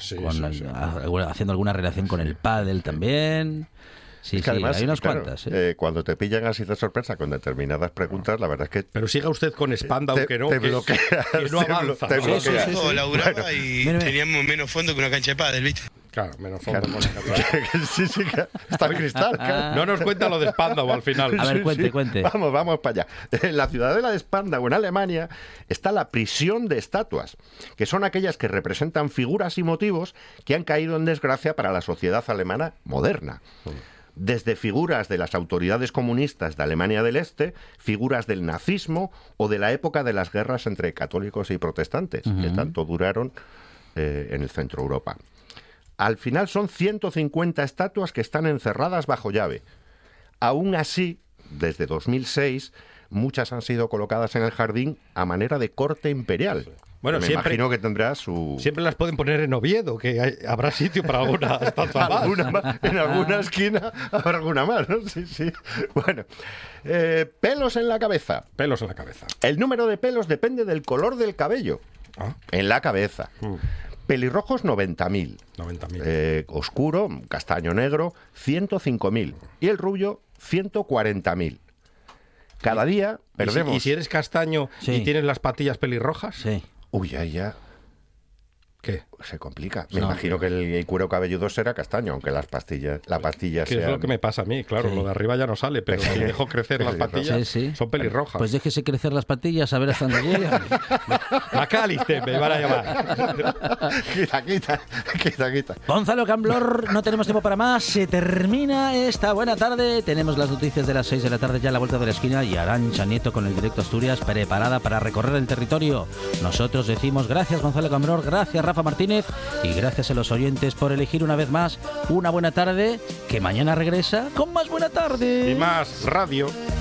haciendo alguna relación con el pádel también. Sí, además, hay unas cuantas. Cuando te pillan así de sorpresa con determinadas preguntas, la verdad es que... Pero siga usted con Spandau, te bloqueas, que no avanza. Te bloqueas. Laburaba y teníamos menos fondo que una cancha de pádel, ¿viste? Claro, menos fondo. Sí, está el cristal. No nos cuenta lo de Spandau al final. A ver, cuente. Vamos para allá. En la ciudadela de Spandau, en Alemania, está la prisión de estatuas, que son aquellas que representan figuras y motivos que han caído en desgracia para la sociedad alemana moderna. Desde figuras de las autoridades comunistas de Alemania del Este, figuras del nazismo o de la época de las guerras entre católicos y protestantes, que tanto duraron en el centro Europa. Al final son 150 estatuas que están encerradas bajo llave. Aún así, desde 2006, muchas han sido colocadas en el jardín a manera de corte imperial. Bueno, me imagino que tendrá su... Siempre las pueden poner en Oviedo, que habrá sitio para alguna estatua más. En alguna esquina habrá alguna más, ¿no? Sí. Bueno, pelos en la cabeza. Pelos en la cabeza. El número de pelos depende del color del cabello. En la cabeza. Pelirrojos, 90.000. 90.000. Oscuro, castaño negro, 105.000. Y el rubio, 140.000. Cada día perdemos... ¿Y si eres castaño y tienes las patillas pelirrojas? Sí. Uy, ya. ¿Qué? Se complica. Me imagino que el cuero cabelludo será castaño, aunque la pastilla sea... Es lo que me pasa a mí, claro. Lo de arriba ya no sale, pero si dejo crecer las patillas, son pelirrojas. Pues déjese crecer las patillas, a ver hasta dónde llegan. Macalister, me van a llamar. Quita. Gonzalo Camblor, no tenemos tiempo para más. Se termina esta buena tarde. Tenemos las noticias de las 6 de la tarde ya a la vuelta de la esquina y Arantxa Nieto con el Directo Asturias preparada para recorrer el territorio. Nosotros decimos gracias, Gonzalo Camblor, gracias, Rafa Martínez, y gracias a los oyentes por elegir una vez más una buena tarde, que mañana regresa con más buena tarde. Y más radio.